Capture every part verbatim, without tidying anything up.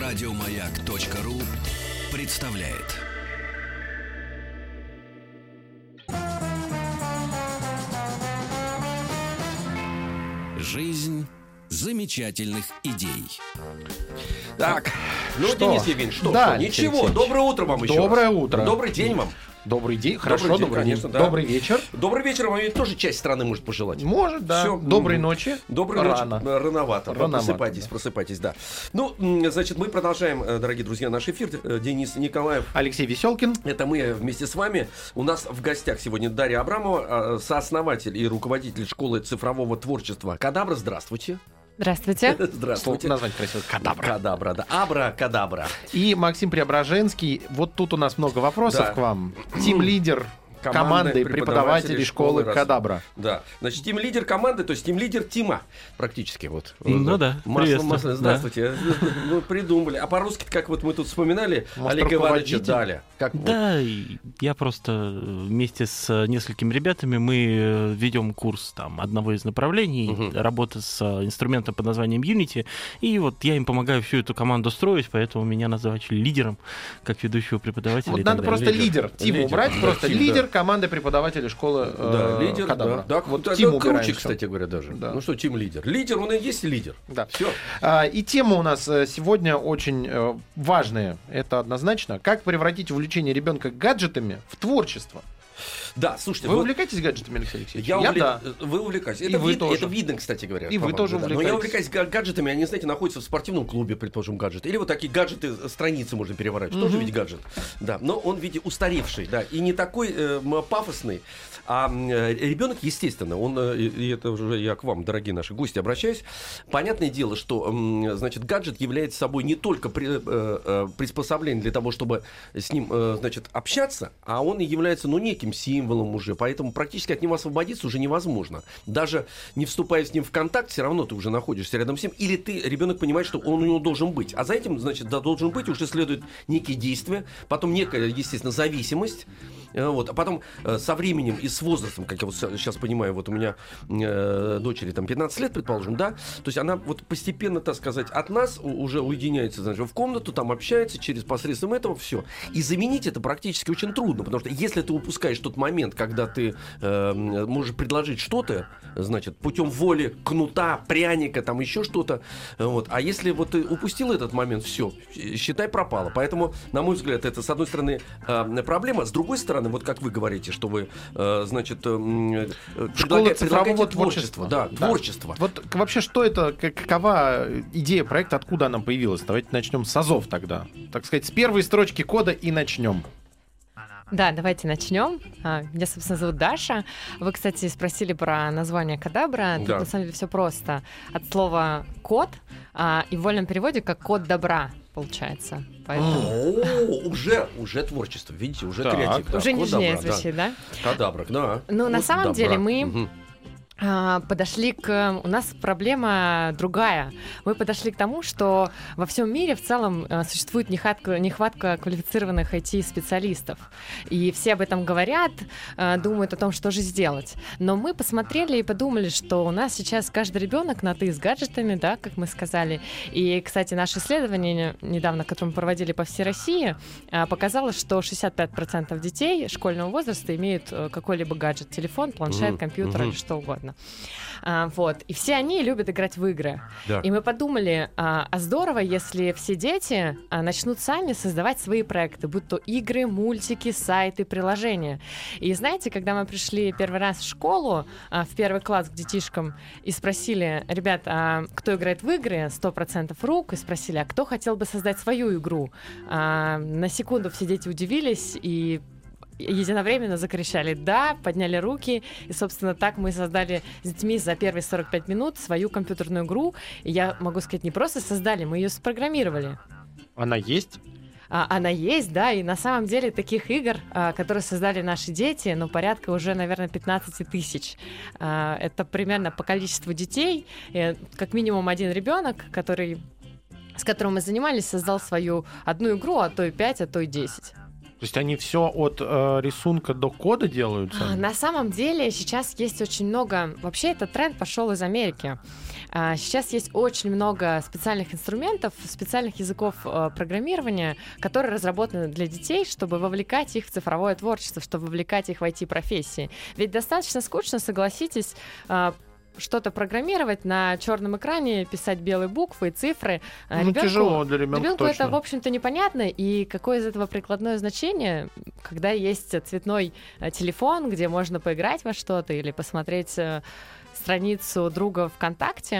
Радиомаяк.ру представляет. Жизнь замечательных идей. Так, ну, что? Денис Евгеньевич, что? Да, что? Ничего, Алексей доброе утро вам еще. Доброе раз. утро. Добрый день вам. Добрый день. Хорошо, добрый день, добрый, конечно, день. да. Добрый вечер. Добрый вечер вам ведь тоже часть страны может пожелать. Может, да. Всё. Доброй ночи. Доброй Рано. ночи. Рановато. Рановато, Просыпайтесь, да. просыпайтесь, да. Ну, м, значит, мы продолжаем, э, дорогие друзья, наш эфир. Э, Денис Николаев. Алексей Веселкин. Это мы вместе с вами. У нас в гостях сегодня Дарья Абрамова, э, сооснователь и руководитель школы цифрового творчества «Кадабра». Здравствуйте. Здравствуйте. Здравствуйте. Название красивое. Кадабра. Кадабра, да. Абра-кадабра. И Максим Преображенский. Вот тут у нас много вопросов Да. к вам. Тим-лидер Команды команды преподавателей школы раз. Кадабра. Да. Значит, тим-лидер команды, то есть тим-лидер тима практически. Вот. Ну да, Масло, приветствую. масло. Да. Здравствуйте. Ну, придумали. А по-русски, как вот мы тут вспоминали, Может, Олега Ивановича руководитель? дали. Как вот? Да, и я просто вместе с несколькими ребятами мы ведем курс там одного из направлений, Мгм. работа с инструментом под названием Unity, и вот я им помогаю всю эту команду строить, поэтому меня называют лидером, как ведущего преподавателя. Вот и так надо далее. просто Лидер. лидер. Тим Лидер. убрать. Да, Просто Тим, лидер да. команды преподавателей школы Да, э, лидер, Кадабра. да. Да, Вот да, Тим да, убираем круче, всё. кстати говоря, даже. Да. Ну что, тим-лидер. Лидер, он и есть лидер. Да. Все. А, И тема у нас э, сегодня очень э, важная. Это однозначно. Как превратить увлечение ребенка гаджетами в творчество. Да, слушайте, Вы вот увлекаетесь гаджетами, Алексей Алексеевич? Я увлек- да. Вы увлекаетесь. И Это, вы вид- тоже. это видно, кстати говоря. И вы по-моему, тоже да. Но я увлекаетесь. увлекаюсь га- гаджетами, они, знаете, находятся в спортивном клубе, предположим, гаджеты. Или вот такие гаджеты, э, страницы можно переворачивать. Тоже Мгм. ведь гаджет. Да, но он в виде устаревший, да, и не такой э, м, пафосный. А э, ребенок, естественно, он, э, и и это уже я к вам, дорогие наши гости, обращаюсь. Понятное дело, что, м, значит, гаджет является собой не только при- э, э, приспособлением для того, чтобы с ним, э, значит, общаться, а он и является, ну, неким символом уже. Поэтому практически от него освободиться уже невозможно. Даже не вступая с ним в контакт, все равно ты уже находишься рядом с ним. Или ты, ребенок понимает, что он у него должен быть. А за этим, значит, да, должен быть, уже следуют некие действия, потом некая, естественно, зависимость. Э, Вот. А потом э, со временем и с возрастом, как я вот сейчас понимаю, вот у меня э, дочери там пятнадцать лет, предположим, да, то есть она вот постепенно, так сказать, от нас у- уже уединяется, значит, в комнату, там общается, через посредством этого все. И заменить это практически очень трудно, потому что если ты упускаешь тот момент, когда ты э, можешь предложить что-то, значит, путем воли, кнута, пряника, там еще что-то, э, вот. А если вот ты упустил этот момент, все, считай, пропало. Поэтому, на мой взгляд, это, с одной стороны, э, проблема, с другой стороны, вот как вы говорите, что вы, э, значит, э, э, Школа предлагаете- цифрового предлагаете творчества. Да, творчество. Вот к- вообще, что это, как- какова идея проекта, откуда она появилась? Давайте начнем с азов тогда. Так сказать, с первой строчки кода и начнем. Да, давайте начнем. А, Меня, собственно, зовут Даша. Вы, кстати, спросили про название Кадабра. Тут, Да. на самом деле, все просто. От слова «код» а, и в вольном переводе как «код добра» получается. Поэтому О, уже, уже творчество, видите, уже Так. креатив. да. уже Код нежнее добра, да. звучит, да? Кадабра, да. Ну, на Код самом добра. деле мы- Мгм. А, подошли к... У нас проблема другая. Мы подошли к тому, что во всем мире в целом э, существует нехватка, нехватка квалифицированных ай ти-специалистов. И все об этом говорят, э, думают о том, что же сделать. Но мы посмотрели и подумали, что у нас сейчас каждый ребенок на «ты» с гаджетами, да, как мы сказали. И, кстати, наше исследование недавно, которое мы проводили по всей России, э, показало, что шестьдесят пять процентов детей школьного возраста имеют э, какой-либо гаджет, телефон, планшет, Мгм, компьютер мгм. или что угодно. А, вот. И все они любят играть в игры. Да. И мы подумали, а, а здорово, если все дети а, начнут сами создавать свои проекты, будь то игры, мультики, сайты, приложения. И знаете, когда мы пришли первый раз в школу, а, в первый класс к детишкам, и спросили, ребят, а кто играет в игры, сто процентов рук, и спросили, а кто хотел бы создать свою игру? А, на секунду все дети удивились и единовременно закричали «да», подняли руки, и, собственно, так мы создали с детьми за первые сорок пять минут свою компьютерную игру. И я могу сказать, не просто создали, мы ее спрограммировали. Она есть? А, она есть, да, и на самом деле таких игр, а, которые создали наши дети, ну, порядка уже, наверное, пятнадцать тысяч. А, это примерно по количеству детей, и, как минимум один ребенок, который, с которым мы занимались, создал свою одну игру, а то и пять, а то и десять. То есть они все от э, рисунка до кода делают сами? А, на самом деле сейчас есть очень много... Вообще этот тренд пошел из Америки. А, сейчас есть очень много специальных инструментов, специальных языков э, программирования, которые разработаны для детей, чтобы вовлекать их в цифровое творчество, чтобы вовлекать их в ай ти-профессии. Ведь достаточно скучно, согласитесь, э, что-то программировать на черном экране, писать белые буквы и цифры. Ну, ребенку, тяжело для ребенка ребенку точно. это, в общем-то, непонятно. И какое из этого прикладное значение, когда есть цветной э, телефон, где можно поиграть во что-то или посмотреть э, страницу друга ВКонтакте.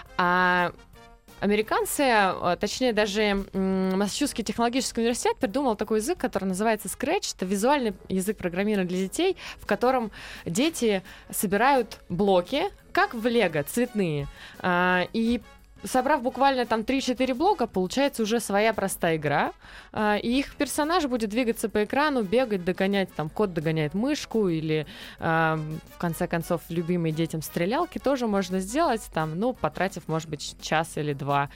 А американцы, точнее даже Массачусетский технологический университет придумал такой язык, который называется Scratch. Это визуальный язык программирования для детей, в котором дети собирают блоки, как в Лего, цветные. И собрав буквально там три-четыре блока, получается уже своя простая игра. И их персонаж будет двигаться по экрану, бегать, догонять, там кот догоняет мышку, или в конце концов любимые детям стрелялки тоже можно сделать, там, ну, потратив, может быть, час или два,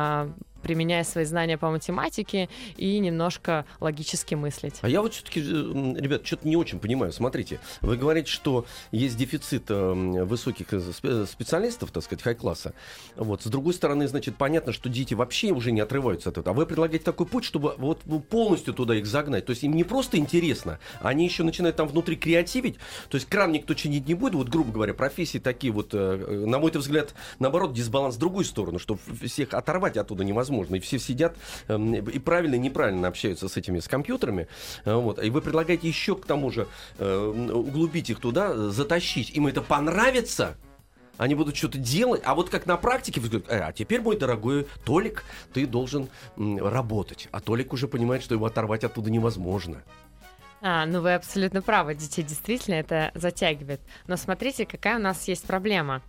применяя свои знания по математике и немножко логически мыслить. А я вот все-таки, ребят, что-то не очень понимаю. Смотрите, вы говорите, что есть дефицит высоких специалистов, так сказать, хай-класса. Вот. С другой стороны, значит, понятно, что дети вообще уже не отрываются от этого. А вы предлагаете такой путь, чтобы вот полностью туда их загнать. То есть им не просто интересно, они еще начинают там внутри креативить. То есть кран никто чинить не будет. Вот, грубо говоря, профессии такие вот, на мой взгляд, наоборот, дисбаланс в другую сторону, что всех оторвать оттуда невозможно. И все сидят э, и правильно, и неправильно общаются с этими, с компьютерами. Э, вот. И вы предлагаете еще к тому же э, углубить их туда, затащить. Им это понравится, они будут что-то делать. А вот как на практике, вы говорите, а теперь, мой дорогой Толик, ты должен м, работать. А Толик уже понимает, что его оторвать оттуда невозможно. А, ну вы абсолютно правы, детей действительно это затягивает. Но смотрите, какая у нас есть проблема.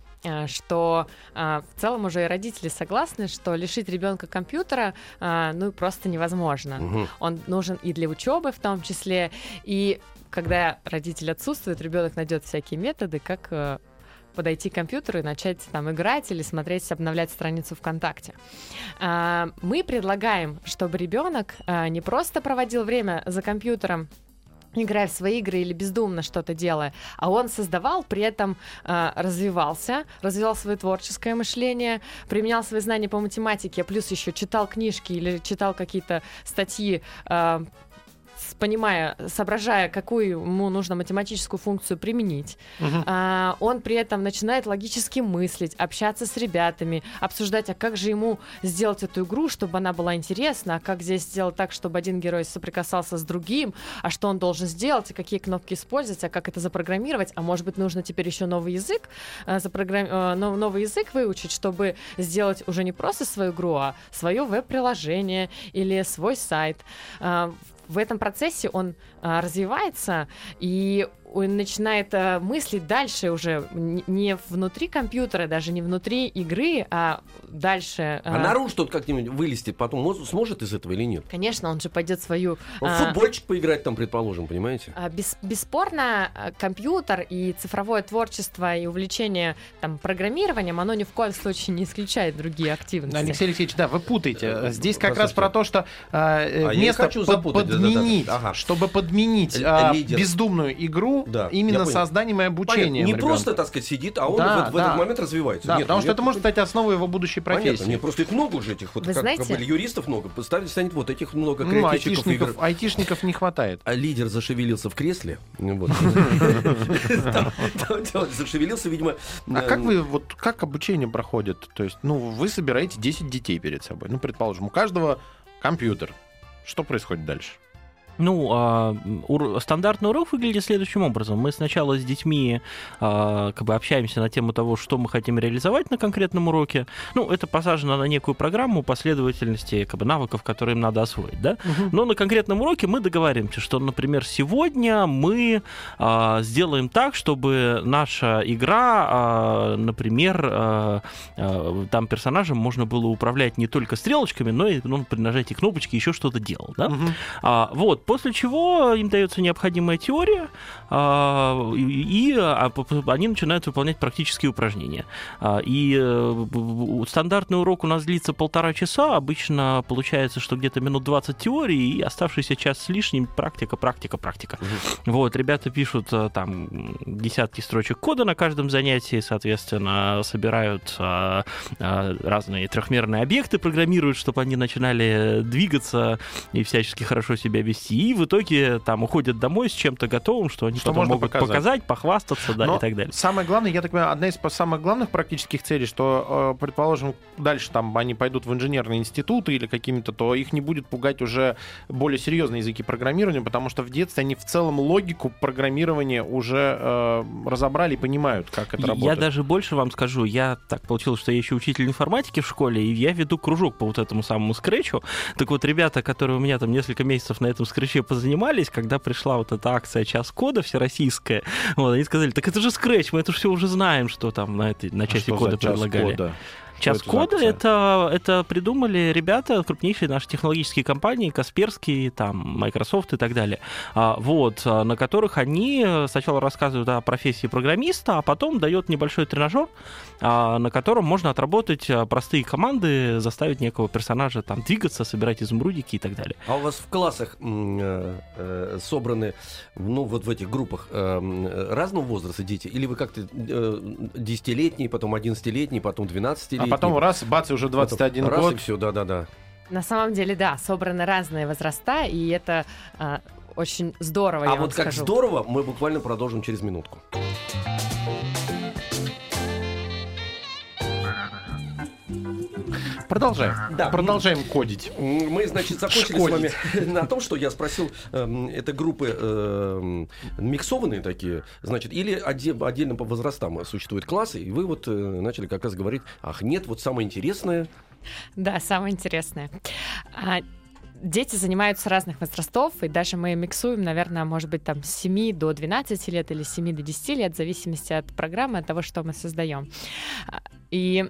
Что а, в целом уже и родители согласны, что лишить ребенка компьютера а, ну просто невозможно. Угу. Он нужен и для учебы в том числе, и когда родитель отсутствует, ребенок найдет всякие методы, как а, подойти к компьютеру и начать там играть или смотреть, обновлять страницу ВКонтакте. А, мы предлагаем, чтобы ребенок а, не просто проводил время за компьютером, играя в свои игры или бездумно что-то делая, а он создавал, при этом э, развивался, развивал свое творческое мышление, применял свои знания по математике, плюс еще читал книжки или читал какие-то статьи, э, понимая, соображая, какую ему нужно математическую функцию применить. Uh-huh. А, он при этом начинает логически мыслить, общаться с ребятами, обсуждать, а как же ему сделать эту игру, чтобы она была интересна, а как здесь сделать так, чтобы один герой соприкасался с другим, а что он должен сделать, а какие кнопки использовать, а как это запрограммировать, а может быть нужно теперь еще новый язык, а, запрограмм... а, новый язык выучить, чтобы сделать уже не просто свою игру, а свое веб-приложение или свой сайт. А, в этом процессе он а, развивается, и он начинает а, мыслить дальше уже не внутри компьютера, даже не внутри игры, а дальше. А, а наружу что-то как-нибудь вылезти потом сможет из этого или нет? Конечно, он же пойдет свою... Он а, футбольчик поиграть там, предположим, понимаете? А, бес, бесспорно, компьютер и цифровое творчество и увлечение там, программированием, оно ни в коем случае не исключает другие активности. Алексей Алексеевич, да, вы путаете. Здесь как раз про то, что а, а место под, запутать, подменить, да, да, да. Ага. чтобы подменить Л- а, лидер. бездумную игру, да, именно созданием и обучением. Не ребенка. просто, так сказать, сидит, а он да, вот в да. этот момент развивается. Да, Нет, потому ну, что это может стать основой его будущей профессии. Понятно, нет, просто их много уже этих, вот, Вы как, знаете, как были юристов много, станет, станет вот этих много ну, креативщиков. айтишников, айтишников не хватает. А лидер зашевелился в кресле. Зашевелился, видимо... А как вы, вот как обучение проходит? То есть, ну, вы собираете десять детей перед собой. Ну, предположим, у каждого компьютер. Что происходит дальше? Ну, а, ур- стандартный урок выглядит следующим образом. Мы сначала с детьми а, как бы общаемся на тему того, что мы хотим реализовать на конкретном уроке. Ну, это посажено на некую программу последовательности как бы, навыков, которые им надо освоить, да? Uh-huh. Но на конкретном уроке мы договариваемся, что, например, сегодня мы а, сделаем так, чтобы наша игра, а, например, а, а, там персонажем можно было управлять не только стрелочками, но и ну, при нажатии кнопочки еще что-то делал, да? Uh-huh. А, вот. Вот, после чего им дается необходимая теория, а, и, и а, они начинают выполнять практические упражнения. А, и а, стандартный урок у нас длится полтора часа, обычно получается, что где-то минут двадцать теории, и оставшийся час с лишним практика, практика, практика. Угу. Вот, ребята пишут там десятки строчек кода на каждом занятии, соответственно, собирают а, а, разные трехмерные объекты, программируют, чтобы они начинали двигаться и всячески хорошо себя вести, и в итоге там уходят домой с чем-то готовым, что они что потом можно могут показать, показать похвастаться, да, но и так далее. Самое главное, я так понимаю, одна из самых главных практических целей, что, предположим, дальше там они пойдут в инженерные институты или какими-то, то их не будет пугать уже более серьезные языки программирования, потому что в детстве они в целом логику программирования уже э, разобрали и понимают, как это я работает. Я даже больше вам скажу, я так получилось, что я еще учитель информатики в школе, и я веду кружок по вот этому самому скретчу. Так вот, ребята, которые у меня там несколько месяцев на этом скретче позанимались, когда пришла вот эта акция «Час кода» всероссийская, вот, они сказали, так это же скретч, мы это все уже знаем, что там на, этой, на часе а кода час предлагали. Кода? Час кода это, это придумали ребята, крупнейшие наши технологические компании, Касперский, там, Microsoft и так далее. А, вот, на которых они сначала рассказывают о профессии программиста, а потом дают небольшой тренажер, а, на котором можно отработать простые команды, заставить некого персонажа там двигаться, собирать изумрудики и так далее. А у вас в классах э, э, собраны, ну, вот в этих группах э, разного возраста дети? Или вы как-то э, десятилетние, потом одиннадцатилетние, потом двенадцатилетние? А потом раз, бац, и уже двадцать один раз, год. И все, да-да-да. На самом деле, да, собраны разные возраста, и это а, очень здорово, А я вот вам как скажу. здорово, мы буквально продолжим через минутку. Продолжаем. Да. Продолжаем кодить. Мы, значит, закончили Шкодить. с вами на том, что я спросил, э, это группы э, миксованные такие, значит, или оде- отдельно по возрастам существуют классы, и вы вот э, начали как раз говорить, ах, нет, вот самое интересное. Да, самое интересное. А, Дети занимаются разных возрастов, и даже мы миксуем, наверное, может быть, там с семи до двенадцати лет или с семи до десяти лет, в зависимости от программы, от того, что мы создаем. И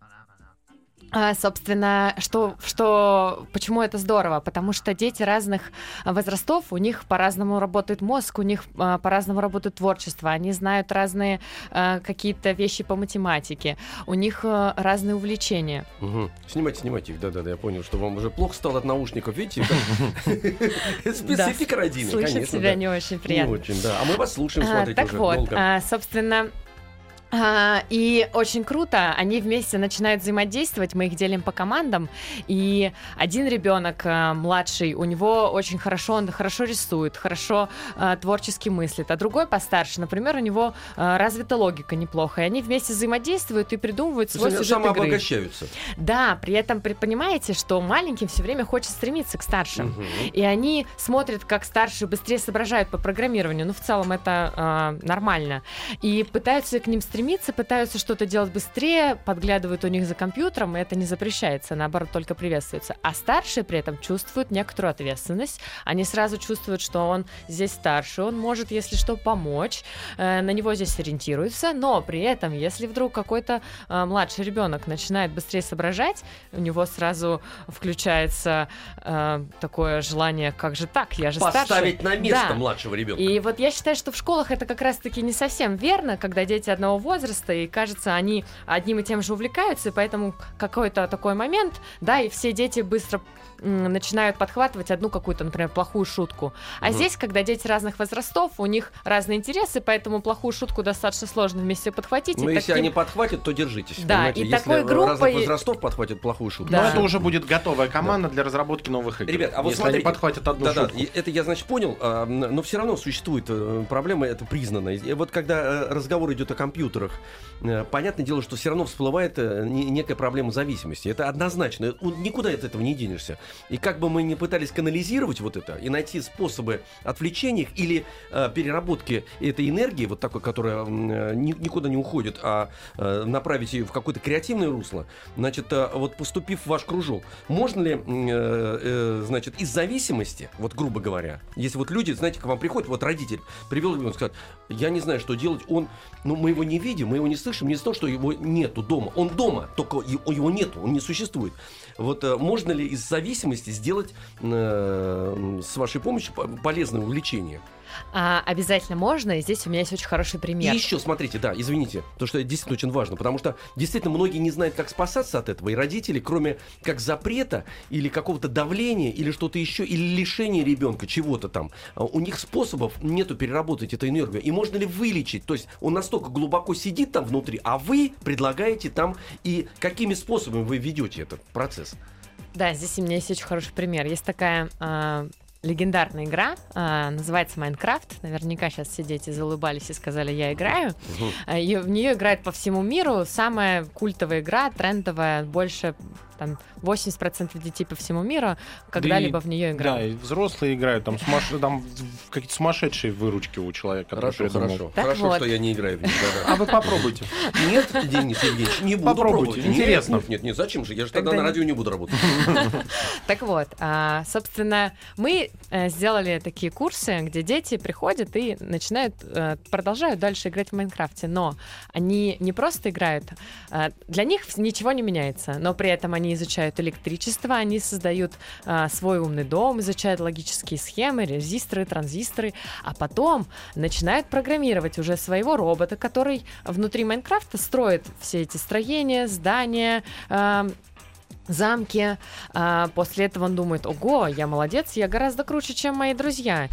А, собственно, что, что, почему это здорово? Потому что дети разных возрастов, у них по-разному работает мозг, у них а, по-разному работает творчество, они знают разные а, какие-то вещи по математике, у них а, разные увлечения. Угу. Снимайте, снимайте их, да-да-да, я понял, что вам уже плохо стало от наушников, видите? Специфика родины, конечно. Слышать себя не очень приятно. Не очень, да. А мы вас слушаем, смотрите Так уже вот, долго. собственно... А, и очень круто, они вместе начинают взаимодействовать, мы их делим по командам, и один ребенок а, младший, у него очень хорошо, он хорошо рисует, хорошо а, творчески мыслит, а другой постарше, например, у него а, развита логика неплохо, и они вместе взаимодействуют и придумывают свой сюжет игры. Самообогащаются. Да, при этом понимаете, что маленьким все время хочет стремиться к старшим, Угу. и они смотрят, как старшие быстрее соображают по программированию, ну в целом это а, нормально, и пытаются к ним стремиться, стремиться, пытаются что-то делать быстрее, подглядывают у них за компьютером, и это не запрещается, наоборот, только приветствуется. А старшие при этом чувствуют некоторую ответственность, они сразу чувствуют, что он здесь старше, он может, если что, помочь, э, на него здесь ориентируются, но при этом, если вдруг какой-то э, младший ребенок начинает быстрее соображать, у него сразу включается э, такое желание, как же так, я же старше. Поставить на место Да. младшего ребенка. И вот я считаю, что в школах это как раз-таки не совсем верно, когда дети одного возраста, и кажется, они одним и тем же увлекаются, и поэтому какой-то такой момент, да, и все дети быстро м, начинают подхватывать одну какую-то, например, плохую шутку. А Мгм. здесь, когда дети разных возрастов, у них разные интересы, поэтому плохую шутку достаточно сложно вместе подхватить. Но и если таким- они подхватят, то держитесь. Да, понимаете? и если такой группой- разных возрастов подхватят плохую шутку. Да. Но это уже будет готовая команда для разработки новых игр. Ребят, а вот если смотрите, они подхватят одну да, да, шутку. и это я, значит, понял, а, н- но все равно существует э, проблема, это признано. И вот когда э, разговор идет о компьютерах, э, понятное дело, что все равно всплывает э, не- некая проблема зависимости. Это однозначно. У- Никуда от этого не денешься. И как бы мы ни пытались канализировать вот это и найти способы отвлечения или э, переработки этой энергии, вот такой, которая м, э, ни- никуда не уходит, а э, направить ее в какое-то креативное русло, значит, э, вот поступив в ваш кружок, можно ли, м, э, э, значит, из зависимости, вот грубо говоря, если вот люди, знаете, к вам приходят, вот родитель привел ребенка, сказать, я не знаю, что делать, он, ну, мы его не видим, мы его не слышим, не из-за того, что его нету дома. Он дома, только его нету, он не существует. Вот можно ли из зависимости сделать э, с вашей помощью полезное увлечение? А, обязательно можно, и здесь у меня есть очень хороший пример. И еще, смотрите, да, извините, потому что это действительно очень важно, потому что действительно многие не знают, как спасаться от этого, и родители, кроме как запрета или какого-то давления, или что-то еще, или лишения ребенка чего-то там, у них способов нету переработать эту энергию. И можно ли вылечить? То есть он настолько глубоко сидит там внутри, а вы предлагаете там, и какими способами вы ведете этот процесс? Да, здесь у меня есть очень хороший пример. Есть такая... А... легендарная игра, э, называется Майнкрафт. Наверняка сейчас все дети заулыбались и сказали, я играю. Uh-huh. И в нее играют по всему миру. Самая культовая игра, трендовая, больше там, восемьдесят процентов детей по всему миру когда-либо да в нее играют. Да, и взрослые играют, там, сумаш... там какие-то сумасшедшие выручки у человека. Хорошо, хорошо. Так хорошо, вот. Что я не играю в нее. А вы попробуйте. Нет, Денис Евгеньевич, не буду Попробуйте, пробовать. интересно. Нет, нет, нет, зачем же? Я же тогда Тогда на не- радио не буду работать. Так вот, а, собственно, мы э, сделали такие курсы, где дети приходят и начинают, э, продолжают дальше играть в Майнкрафте, но они не просто играют, э, для них ничего не меняется, но при этом они изучают электричество, они создают э, свой умный дом, изучают логические схемы, резисторы, транзисторы, а потом начинают программировать уже своего робота, который внутри Майнкрафта строит все эти строения, здания, э, замки. А, после этого он думает, ого, я молодец, я гораздо круче, чем мои друзья.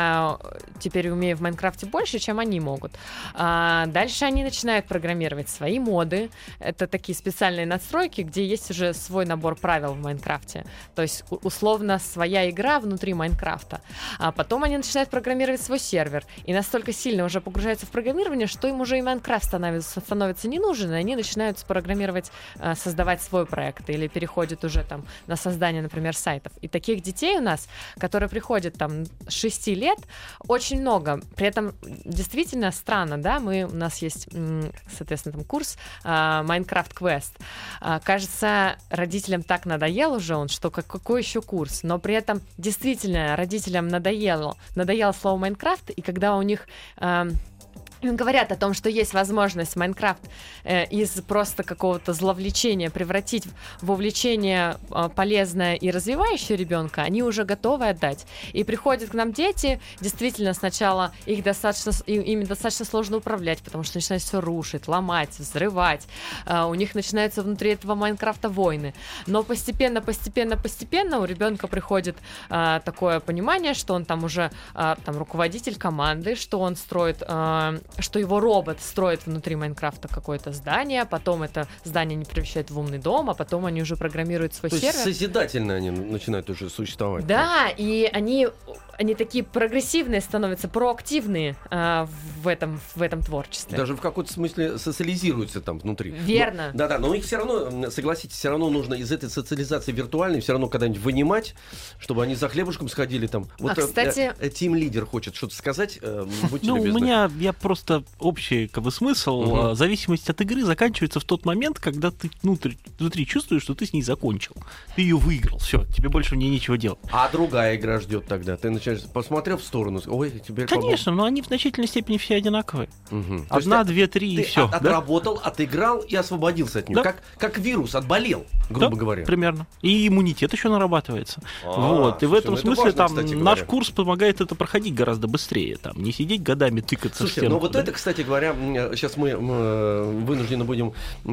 Я теперь умею в Майнкрафте больше, чем они могут. А, дальше они начинают программировать свои моды. Это такие специальные настройки, где есть уже свой набор правил в Майнкрафте. То есть у- условно своя игра внутри Майнкрафта. А потом они начинают программировать свой сервер. И настолько сильно уже погружаются в программирование, что им уже и Майнкрафт становится, становится не нужен, и они начинают программировать, а, создавать свой проект или переходит уже там на создание, например, сайтов. И таких детей у нас, которые приходят там с шести лет, очень много. При этом действительно странно, да, мы, у нас есть, м, соответственно, там курс а, Minecraft Quest. А, кажется, родителям так надоел уже он, что как, какой еще курс? Но при этом действительно родителям надоело, надоело слово Майнкрафт, и когда у них... а, говорят о том, что есть возможность Майнкрафт э, из просто какого-то зловлечения превратить в увлечение э, полезное и развивающее ребенка, они уже готовы отдать. И приходят к нам дети, действительно, сначала их достаточно, им, ими достаточно сложно управлять, потому что начинают все рушить, ломать, взрывать. Э, у них начинаются внутри этого Майнкрафта войны. Но постепенно, постепенно, постепенно у ребенка приходит э, такое понимание, что он там уже э, там, руководитель команды, что он строит... Э, что его робот строит внутри Майнкрафта какое-то здание, потом это здание не превращает в умный дом, а потом они уже программируют свой То сервер. есть созидательно они начинают уже существовать. Да, и они, они такие прогрессивные становятся, проактивные э, в, этом, в этом творчестве. Даже в каком-то смысле социализируются там внутри. Верно. Но, да-да, но их все равно, согласитесь, все равно нужно из этой социализации виртуальной все равно когда-нибудь вынимать, чтобы они за хлебушком сходили там. Вот, А, кстати- э, э, тим-лидер хочет что-то сказать, э, будьте Ну, у любезны. меня я просто общий как бы смысл. Мгм. а, Зависимость от игры заканчивается в тот момент, когда ты внутри, внутри чувствуешь, что ты с ней закончил. Ты ее выиграл. Все, тебе больше в ней нечего делать. А другая игра ждет тогда. Ты начинаешь, посмотрел в сторону, ой, теперь Конечно, но они в значительной степени все одинаковые. Мгм. То есть Одна, ты- две, три и Ты все. от- отработал, отыграл и освободился от нее. Да. Как, как вирус, отболел, грубо говоря. Примерно. И иммунитет еще нарабатывается. А, вот. И в слушай, этом ну это смысле важно, там кстати наш говоря. курс помогает это проходить гораздо быстрее. Там, не сидеть годами тыкаться в Слушайте, стенку. ну вот да. это, кстати говоря, сейчас мы м, вынуждены будем,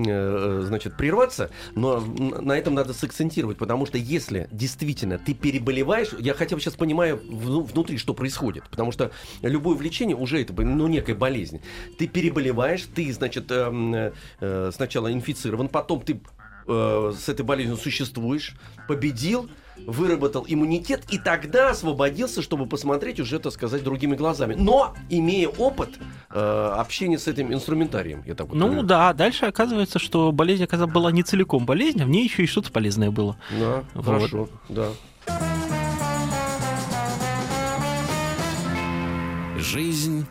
э, значит, прерваться, но м, на этом надо сакцентировать, потому что если действительно ты переболеваешь, я хотя бы сейчас понимаю вну- внутри, что происходит, потому что любое влечение уже это, ну, некая болезнь. Ты переболеваешь, ты, значит, э, э, сначала инфицирован, потом ты э, с этой болезнью существуешь, победил, выработал иммунитет и тогда освободился, чтобы посмотреть уже, так сказать, другими глазами. Но имея опыт э, общения с этим инструментарием. Я так вот Ну понимаю. да, дальше оказывается, что болезнь оказалось, была не целиком болезнь, а в ней еще и что-то полезное было. Да, Вот. хорошо, да. Жизнь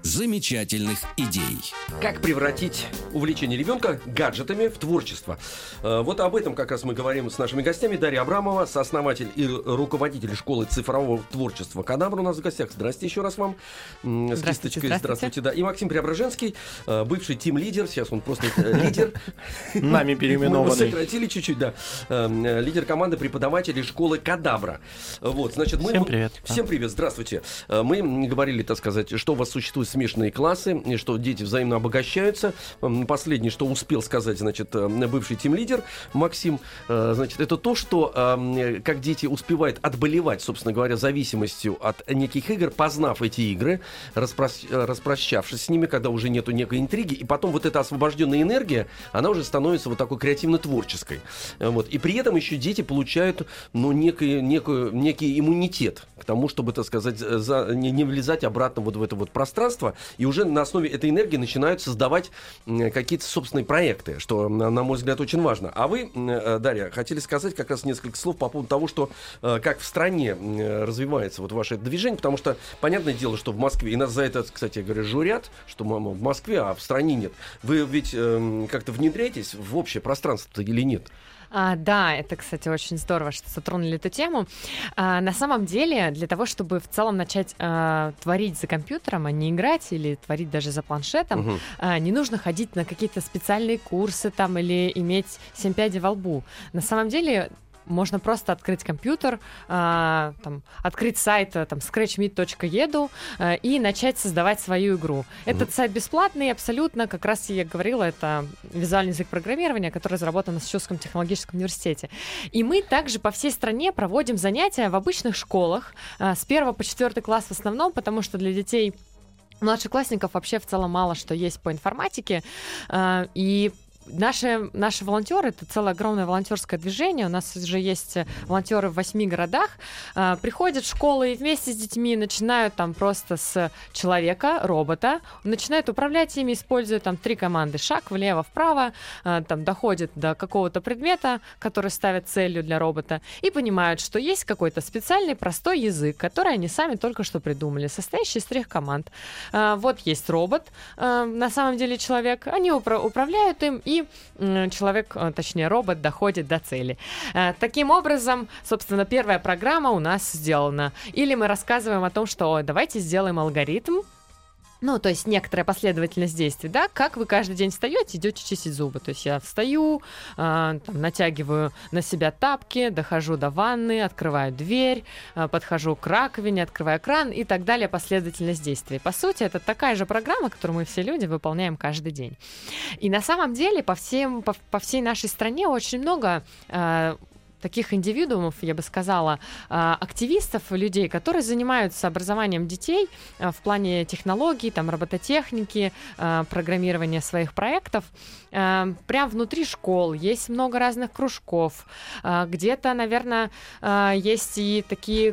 замечательных идей. Как превратить увлечение ребенка гаджетами в творчество? Э, Вот об этом как раз мы говорим с нашими гостями. Дарья Абрамова, сооснователь и руководитель школы цифрового творчества «Кадабра» у нас в гостях. Здрасте еще раз вам. М, С Здравствуйте, кисточкой. Здравствуйте, да. И Максим Преображенский, э, бывший тим-лидер, сейчас он просто э, лидер. Нами Мы его переименованный. сократили чуть-чуть, да. Э, Лидер команды преподавателей школы «Кадабра». Вот, значит, мы... Всем привет. Всем привет, здравствуйте. Э, Мы говорили, так сказать, что у вас существуют смешанные классы, и что дети взаимно обогащаются. М, Последнее, что успел сказать, значит, э, бывший тим-лидер Максим, э, значит, это то, что э, как дети успевают отболевать, собственно говоря, зависимостью от неких игр, познав эти игры, распрос- э, распрощавшись с ними, когда уже нету некой интриги, и потом вот эта освобожденная энергия, она уже становится вот такой креативно-творческой. Э, Вот. И при этом еще дети получают, ну, некий, некую, некий иммунитет к тому, чтобы, так сказать, за, не, не влезать обратно вот в это вот пространство, и уже на основе этой энергии начинают создавать м, какие-то собственные проекты, что, на, на мой взгляд, очень важно. А вы, м, Дарья, хотели сказать как раз несколько слов по поводу того, что э, как в стране м, развивается вот ваше движение, потому что, понятное дело, что в Москве, и нас за это, кстати, говоря, журят, что мама, в Москве, а в стране нет. Вы ведь э, как-то внедряетесь в общее пространство или нет? А, да, это, кстати, очень здорово, что затронули эту тему. А, на самом деле, для того, чтобы в целом начать а, творить за компьютером, а не играть или творить даже за планшетом, Мгм. а, не нужно ходить на какие-то специальные курсы там или иметь семь пядей во лбу. На самом деле можно просто открыть компьютер, а, там, открыть сайт а, там, scratchmeet точка edu а, и начать создавать свою игру. Этот сайт бесплатный абсолютно, как раз я говорила, это визуальный язык программирования, который разработан в Массачусетском технологическом университете. И мы также по всей стране проводим занятия в обычных школах а, с первого по четвертый класс в основном, потому что для детей младшеклассников вообще в целом мало что есть по информатике. а, И Наши, наши волонтеры, это целое огромное волонтерское движение. У нас уже есть волонтеры в восьми городах. А, приходят в школы и вместе с детьми начинают там просто с человека, робота, начинают управлять ими, используя там три команды: шаг влево, вправо, а, там доходят до какого-то предмета, который ставят целью для робота, и понимают, что есть какой-то специальный простой язык, который они сами только что придумали, состоящий из трех команд. А, вот есть робот, а, на самом деле человек, они упра- управляют им, и м, человек, а, точнее робот, доходит до цели. А, таким образом, собственно, первая программа у нас сделана. Или мы рассказываем о том, что давайте сделаем алгоритм, ну, то есть некоторая последовательность действий, да, как вы каждый день встаете, идете чистить зубы. То есть я встаю, э, там, натягиваю на себя тапки, дохожу до ванны, открываю дверь, э, подхожу к раковине, открываю кран и так далее, последовательность действий. По сути, это такая же программа, которую мы все люди выполняем каждый день. И на самом деле по, всем, по, по всей нашей стране очень много э, таких индивидуумов, я бы сказала, активистов, людей, которые занимаются образованием детей в плане технологий, там, робототехники, программирования своих проектов. Прямо внутри школ есть много разных кружков. Где-то, наверное, есть и такие...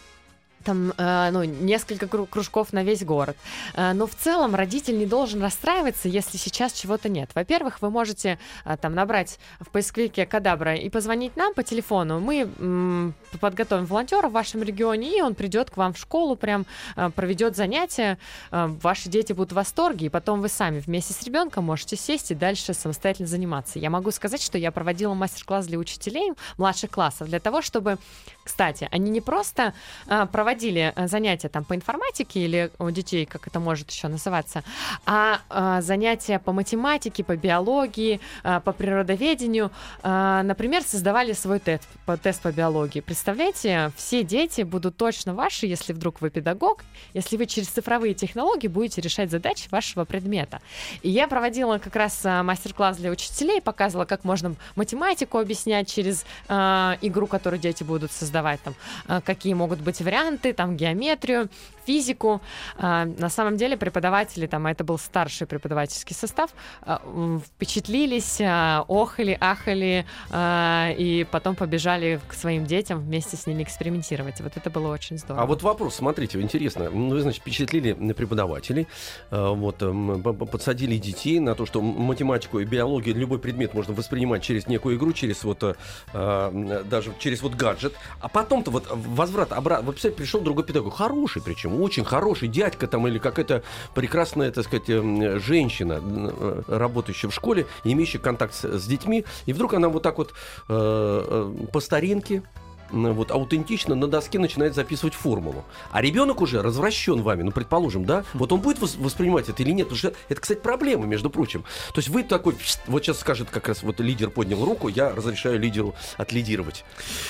там, э, ну, несколько кру- кружков на весь город. Э, но в целом родитель не должен расстраиваться, если сейчас чего-то нет. Во-первых, вы можете э, там набрать в поисковике «Кадабра» и позвонить нам по телефону. Мы м- подготовим волонтера в вашем регионе, и он придет к вам в школу, прям э, проведет занятия. Э, ваши дети будут в восторге, и потом вы сами вместе с ребенком можете сесть и дальше самостоятельно заниматься. Я могу сказать, что я проводила мастер-класс для учителей младших классов для того, чтобы, кстати, они не просто э, проводили проводили занятия там по информатике или у детей, как это может еще называться, а, а занятия по математике, по биологии, а, по природоведению, а, например, создавали свой тест по, тест по биологии. Представляете, все дети будут точно ваши, если вдруг вы педагог, если вы через цифровые технологии будете решать задачи вашего предмета. И я проводила как раз а, мастер-класс для учителей, показывала, как можно математику объяснять через а, игру, которую дети будут создавать, там, а, какие могут быть варианты, там, геометрию, физику. А, на самом деле преподаватели, там, это был старший преподавательский состав, а, впечатлились, а, охали, ахали, а, и потом побежали к своим детям вместе с ними экспериментировать. Вот это было очень здорово. А вот вопрос, смотрите, интересно. Вы, значит, впечатлили преподавателей, вот, подсадили детей на то, что математику и биологию, любой предмет можно воспринимать через некую игру, через вот, даже через вот гаджет. А потом-то вот возврат обратно. Вы представляете, пришел другой педагог, хороший причем, очень хороший дядька там или какая-то прекрасная, так сказать, э, женщина, э, работающая в школе, имеющая контакт с, с детьми, и вдруг она вот так вот э, э, по старинке, вот, аутентично на доске начинает записывать формулу. А ребенок уже развращен вами, ну, предположим, да? Вот он будет воспринимать это или нет? Потому что это, кстати, проблема, между прочим. То есть вы такой, вот сейчас скажет как раз, вот лидер поднял руку, я разрешаю лидеру отлидировать.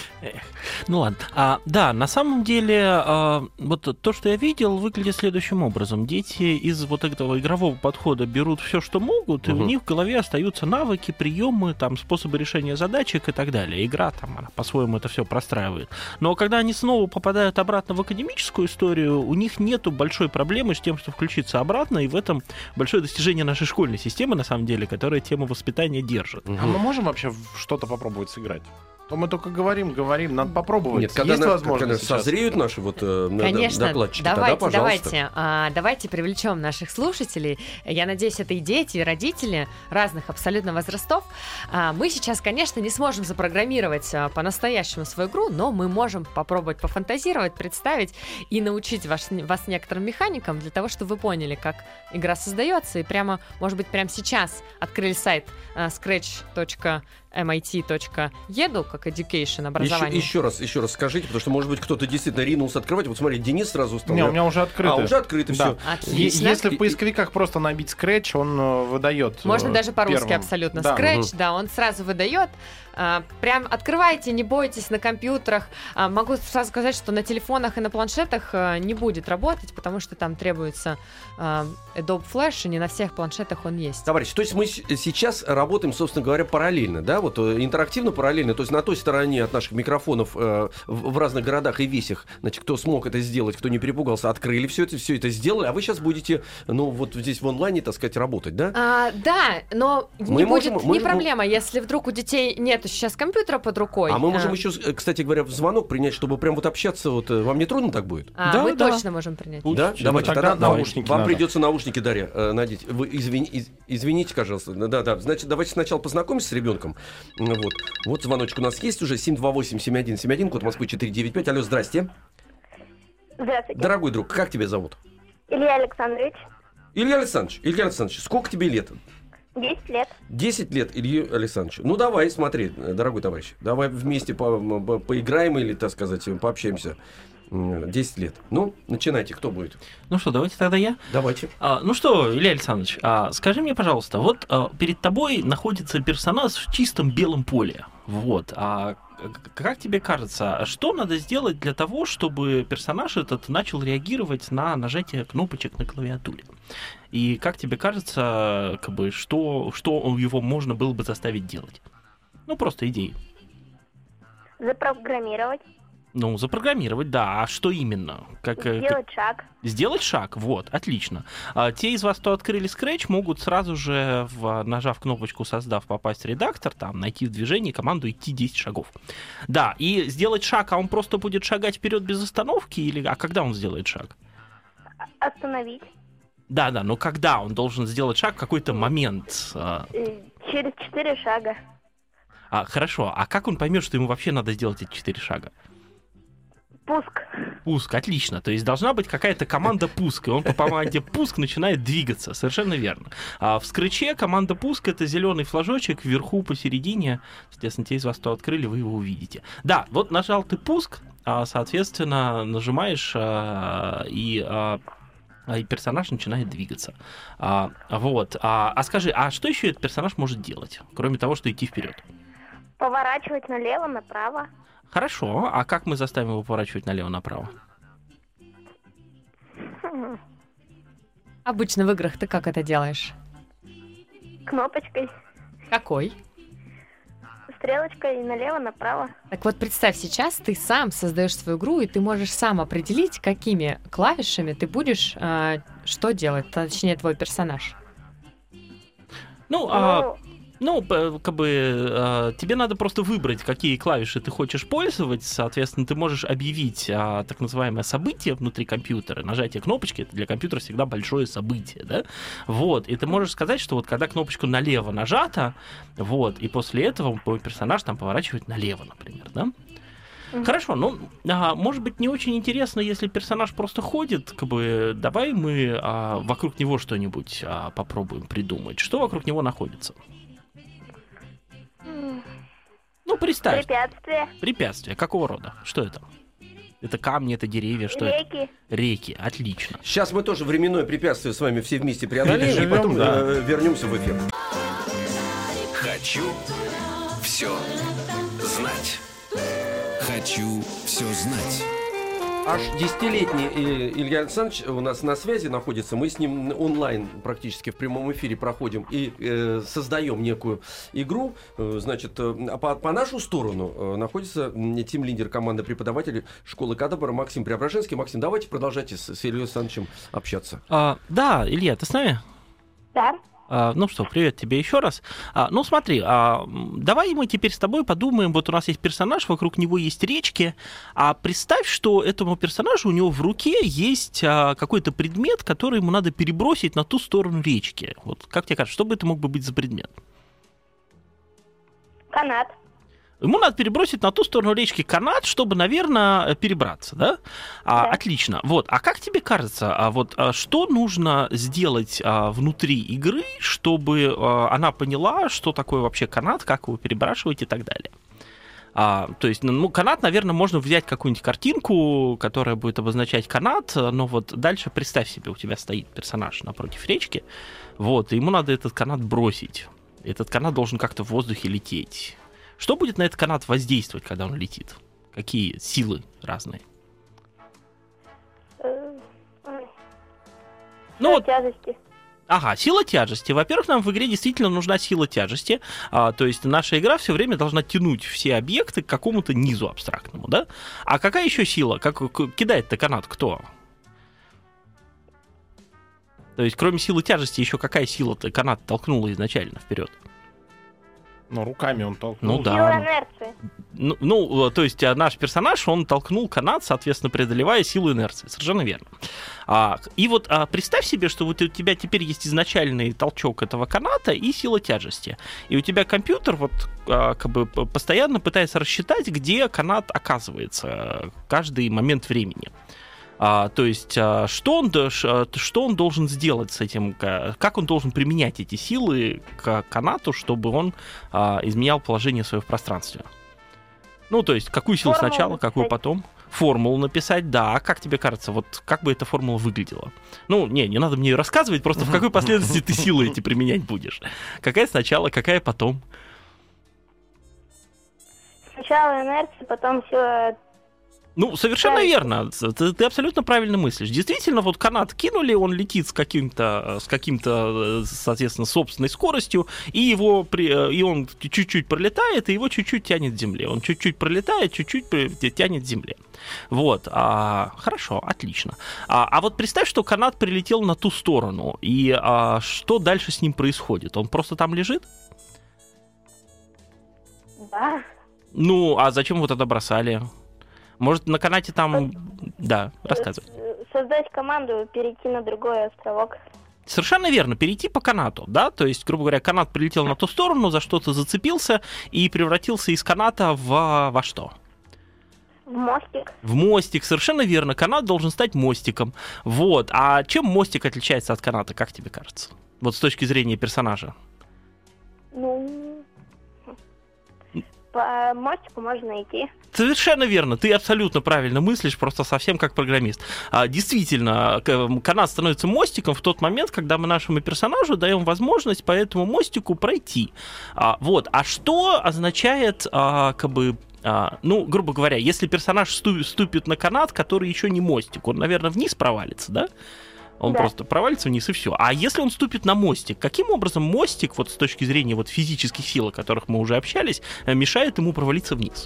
Ну ладно. А, да, на самом деле, а, вот то, что я видел, выглядит следующим образом. Дети из вот этого игрового подхода берут все, что могут, и Угу. у них в голове остаются навыки, приемы, там, способы решения задачек и так далее. Игра там, она по-своему это все простраивает. Но когда они снова попадают обратно в академическую историю, у них нету большой проблемы с тем, что включиться обратно, и в этом большое достижение нашей школьной системы, на самом деле, которая тему воспитания держит. А мы можем вообще в что-то попробовать сыграть? То мы только говорим, говорим, надо попробовать. Нет, когда, Есть на- возможность когда сейчас? созреют наши вот э, Конечно, докладчики, давайте, тогда, пожалуйста. давайте, а, давайте привлечем наших слушателей. Я надеюсь, это и дети, и родители разных абсолютно возрастов. А, мы сейчас, конечно, не сможем запрограммировать а, по-настоящему свою игру, но мы можем попробовать пофантазировать, представить и научить ваш, вас некоторым механикам для того, чтобы вы поняли, как игра создается, и прямо, может быть, прямо сейчас открыли сайт а, scratch точка эм ай ти точка и ди ю, как education, образование. Еще, еще раз, еще раз скажите, потому что, может быть, кто-то действительно ринулся открывать. Вот смотри, Денис сразу стал. Не, у меня уже открыто. А, уже открыто Да. все. Е- Отлично. Если в поисковиках просто набить Scratch, он э, выдает. Можно э, даже по-русски первым. абсолютно. Да. Scratch, Мгм. да, он сразу выдает. А, прям открывайте, не бойтесь на компьютерах. А, могу сразу сказать, что на телефонах и на планшетах а, не будет работать, потому что там требуется а, Adobe Flash, и не на всех планшетах он есть. Товарищи, то есть мы с- сейчас работаем, собственно говоря, параллельно, да, вот э, интерактивно параллельно, то есть на той стороне от наших микрофонов э, в, в разных городах и весях, значит, кто смог это сделать, кто не перепугался, открыли все это, все это сделали, а вы сейчас будете, ну, вот здесь в онлайне, так сказать, работать, да? А, да, но Мы не можем- будет мы- не проблема, если вдруг у детей нет сейчас компьютера под рукой. А мы можем а, еще, э, кстати говоря, в звонок принять, чтобы прям вот общаться, вот э, вам не трудно так будет? а, Да, мы да. точно можем принять. Пусть. Да, Ну, давайте тогда тогда, давайте. наушники Вам надо. придется наушники, Дарья, э, надеть. Вы извини- из- извините, пожалуйста. Да, да. Значит, давайте сначала познакомимся с ребенком. Вот, вот звоночек у нас есть уже семь два восемь семь один семь один, код Москвы четыре девять пять. Алло, здрасте. Здравствуйте. Дорогой друг, как тебя зовут? Илья Александрович, Илья Александрович. Илья Александрович, сколько тебе лет? десять лет. десять лет Илью Александровичу. Ну, давай, смотри, э, дорогой товарищ. Давай вместе по- по- поиграем или, так сказать, пообщаемся. М, десять лет. Ну, начинайте, кто будет? Ну что, давайте тогда я. Давайте. А, ну что, Илья Александрович, а, скажи мне, пожалуйста, вот а, перед тобой находится персонаж в чистом белом поле. Вот. А к- как тебе кажется, что надо сделать для того, чтобы персонаж этот начал реагировать на нажатие кнопочек на клавиатуре? И как тебе кажется, как бы, что, что его можно было бы заставить делать? Ну, просто идеи. Запрограммировать. Ну, запрограммировать, да. А что именно? Как, э, Сделать шаг. Сделать шаг, вот, отлично. А, те из вас, кто открыли Scratch, могут сразу же, в, нажав кнопочку «Создав», попасть в редактор, там, найти в движении команду «Идти десять шагов». Да, и сделать шаг, а он просто будет шагать вперед без остановки, или а когда он сделает шаг? А- Остановить. Да, да, но когда он должен сделать шаг в какой-то момент? А, Э, Через четыре шага. а, хорошо, а как он поймет, что ему вообще надо сделать эти четыре шага? Пуск. Пуск, отлично. То есть должна быть какая-то команда пуск, и он по команде пуск начинает двигаться. Совершенно верно. А в скретче команда пуск — это зеленый флажочек вверху посередине. Соответственно, те из вас, кто открыли, вы его увидите. Да, вот нажал ты пуск, а, соответственно, нажимаешь, а, и, а, и персонаж начинает двигаться. А, вот. А, а скажи, а что еще этот персонаж может делать, кроме того, что идти вперед? Поворачивать налево, направо. Хорошо. А как мы заставим его поворачивать налево-направо? Хм. Обычно в играх ты как это делаешь? Кнопочкой. Какой? Стрелочкой налево, направо. Так вот, представь, сейчас ты сам создаешь свою игру, и ты можешь сам определить, какими клавишами ты будешь а, что делать, точнее, твой персонаж. Ну, а... Ну, Ну, п- как бы э, тебе надо просто выбрать, какие клавиши ты хочешь пользовать. Соответственно, ты можешь объявить э, так называемое событие внутри компьютера. Нажатие кнопочки — это для компьютера всегда большое событие, да? Вот, и ты можешь сказать, что вот когда кнопочка налево нажата, вот, и после этого твой персонаж там поворачивает налево, например, да? Хорошо, ну, а, может быть, не очень интересно, если персонаж просто ходит, как бы, давай мы а, вокруг него что-нибудь а, попробуем придумать. Что вокруг него находится? Ну, представь. Препятствия. Препятствия. Какого рода? Что это? Это камни, это деревья, что Реки. это? Реки. Отлично. Сейчас мы тоже временное препятствие с вами все вместе преодолеем, и Переживем, потом да. э, вернемся в эфир. Хочу все знать. Хочу все знать. Аж десятилетний э, Илья Александрович у нас на связи находится. Мы с ним онлайн практически в прямом эфире проходим и э, создаем некую игру. Э, значит, э, по, по нашу сторону э, находится тим-лидер команды преподавателей школы Кадабра Максим Преображенский. Максим, давайте продолжайте с, с Ильей Александровичем общаться. А, да, Илья, ты с нами? Да. А, ну что, привет тебе еще раз. А, ну смотри, а, давай мы теперь с тобой подумаем, вот у нас есть персонаж, вокруг него есть речки, а представь, что этому персонажу у него в руке есть а, какой-то предмет, который ему надо перебросить на ту сторону речки. Вот как тебе кажется, что бы это мог бы быть за предмет? Канат. Ему надо перебросить на ту сторону речки канат, чтобы, наверное, перебраться, да? А, Да. отлично. Вот. А как тебе кажется, а вот а что нужно сделать а, внутри игры, чтобы а, она поняла, что такое вообще канат, как его перебрашивать и так далее? А, то есть, ну, канат, наверное, можно взять какую-нибудь картинку, которая будет обозначать канат, но вот дальше представь себе, у тебя стоит персонаж напротив речки, вот, и ему надо этот канат бросить. Этот канат должен как-то в воздухе лететь. Что будет на этот канат воздействовать, когда он летит? Какие силы разные? Э, ой, Ну вот, тяжести. ага, сила тяжести. Во-первых, нам в игре действительно нужна сила тяжести. А, то есть наша игра все время должна тянуть все объекты к какому-то низу абстрактному, да? А какая еще сила? Как к- кидает-то канат кто? То есть, кроме силы тяжести, еще какая сила-то канат толкнула изначально вперед? Ну, руками он толкнул. Ну да. Сила инерции. Ну, ну, то есть а, наш персонаж, он толкнул канат, соответственно, преодолевая силу инерции. Совершенно верно. А, и вот а, представь себе, что вот у тебя теперь есть изначальный толчок этого каната и сила тяжести. И у тебя компьютер вот а, как бы п- постоянно пытается рассчитать, где канат оказывается а, каждый момент времени. А, то есть, а, что, он, до- ш- что он должен сделать с этим, ка- как он должен применять эти силы к канату, чтобы он а, изменял положение свое в пространстве. Ну, то есть, какую силу Формулу сначала, какую написать. потом? Формулу написать, да. А как тебе кажется, вот как бы эта формула выглядела? Ну, не, не надо мне ее рассказывать, просто в какой последовательности ты силы эти применять будешь. Какая сначала, какая потом? Сначала инерция, потом сила. Ну, совершенно Да. верно. Ты, ты абсолютно правильно мыслишь. Действительно, вот канат кинули, он летит с каким-то, с каким-то, соответственно, собственной скоростью, и его при, и он чуть-чуть пролетает, и его чуть-чуть тянет к земле. Он чуть-чуть пролетает, чуть-чуть при- тянет к земле. Вот. А, хорошо, отлично. А, а вот представь, что канат прилетел на ту сторону, и а, что дальше с ним происходит? Он просто там лежит? Да. Ну, а зачем вы тогда бросали? Может, на канате там... Да, рассказывай. Э, Создать команду, перейти на другой островок. Совершенно верно, перейти по канату, да, то есть, грубо говоря, канат прилетел на ту сторону, за что-то зацепился и превратился из каната в... во что? В мостик. В мостик, совершенно верно, канат должен стать мостиком. Вот, а чем мостик отличается от каната, как тебе кажется? Вот с точки зрения персонажа. Ну, по мостику можно идти. Совершенно верно, ты абсолютно правильно мыслишь, просто совсем как программист. А, действительно, к- канат становится мостиком в тот момент, когда мы нашему персонажу даем возможность по этому мостику пройти. А, вот, а что означает, а, как бы, а, ну, грубо говоря, если персонаж сту- ступит на канат, который еще не мостик, он, наверное, вниз провалится, да? Он Да. просто провалится вниз и все. А если он ступит на мостик, каким образом мостик, вот с точки зрения вот физических сил, о которых мы уже общались, э, мешает ему провалиться вниз?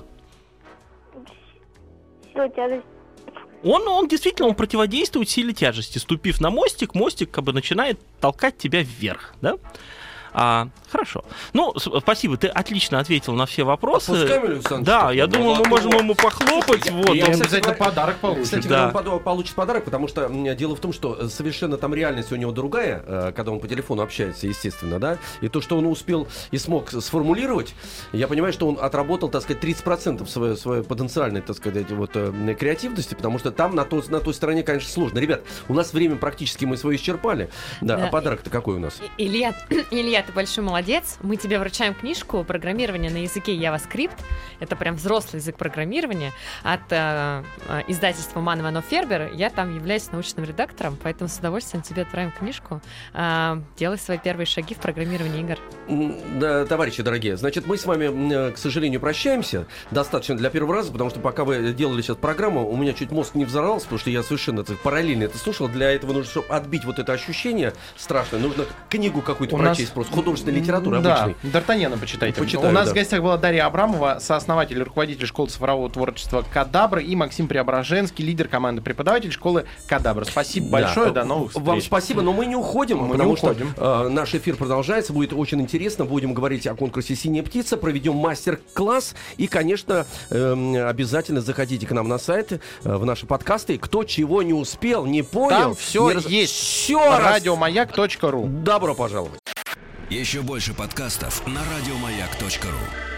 Сила тяжести. Он, он действительно он противодействует силе тяжести. Ступив на мостик, мостик как бы начинает толкать тебя вверх, да? А, хорошо. Ну, спасибо, ты отлично ответил на все вопросы. Отпускаем, Илья Александрович? Да, я думаю, мы можем ему похлопать. Слушайте, Вот, я- Он кстати, обязательно говоря- подарок получит. Кстати, Да. говоря, он под- получит подарок, потому что м, дело в том, что совершенно там реальность у него другая, э, когда он по телефону общается, естественно, да, и то, что он успел и смог сформулировать, я понимаю, что он отработал, так сказать, тридцать процентов своей, своей потенциальной, так сказать, вот, э, креативности, потому что там на, то, на той стороне, конечно, сложно. Ребят, у нас время практически мы свое исчерпали, да, Да. а подарок-то какой у нас? И- Илья, Илья, ты большой молодец. Мы тебе вручаем книжку «Программирование на языке JavaScript». Это прям взрослый язык программирования от э, э, издательства Ман Иванов Фербер. Я там являюсь научным редактором, поэтому с удовольствием тебе отправим книжку. Э, делай свои первые шаги в программировании игр. М, Да, товарищи дорогие, значит, мы с вами, м, э, к сожалению, прощаемся. Достаточно для первого раза, потому что пока вы делали сейчас программу, у меня чуть мозг не взорвался, потому что я совершенно так, параллельно это слушал. Для этого нужно, чтобы отбить вот это ощущение страшное, нужно книгу какую-то У нас- прочесть, просто художественной литературы Да, обычной. Д'Артаньяна почитайте. Почитаю, У нас да. в гостях была Дарья Абрамова, сооснователь и руководитель школы цифрового творчества «Кадабра», и Максим Преображенский, лидер команды преподавателей школы «Кадабра». Спасибо большое, Да. до новых встреч. Вам спасибо, но мы не уходим, Мы не потому уходим. что э, наш эфир продолжается, будет очень интересно. Будем говорить о конкурсе «Синяя птица», проведем мастер-класс и, конечно, э, обязательно заходите к нам на сайт, э, в наши подкасты. Кто чего не успел, не понял, Там все не раз- есть. Все раз. радиомаяк точка ру. Добро пожаловать. Еще больше подкастов на радиомаяк точка ру.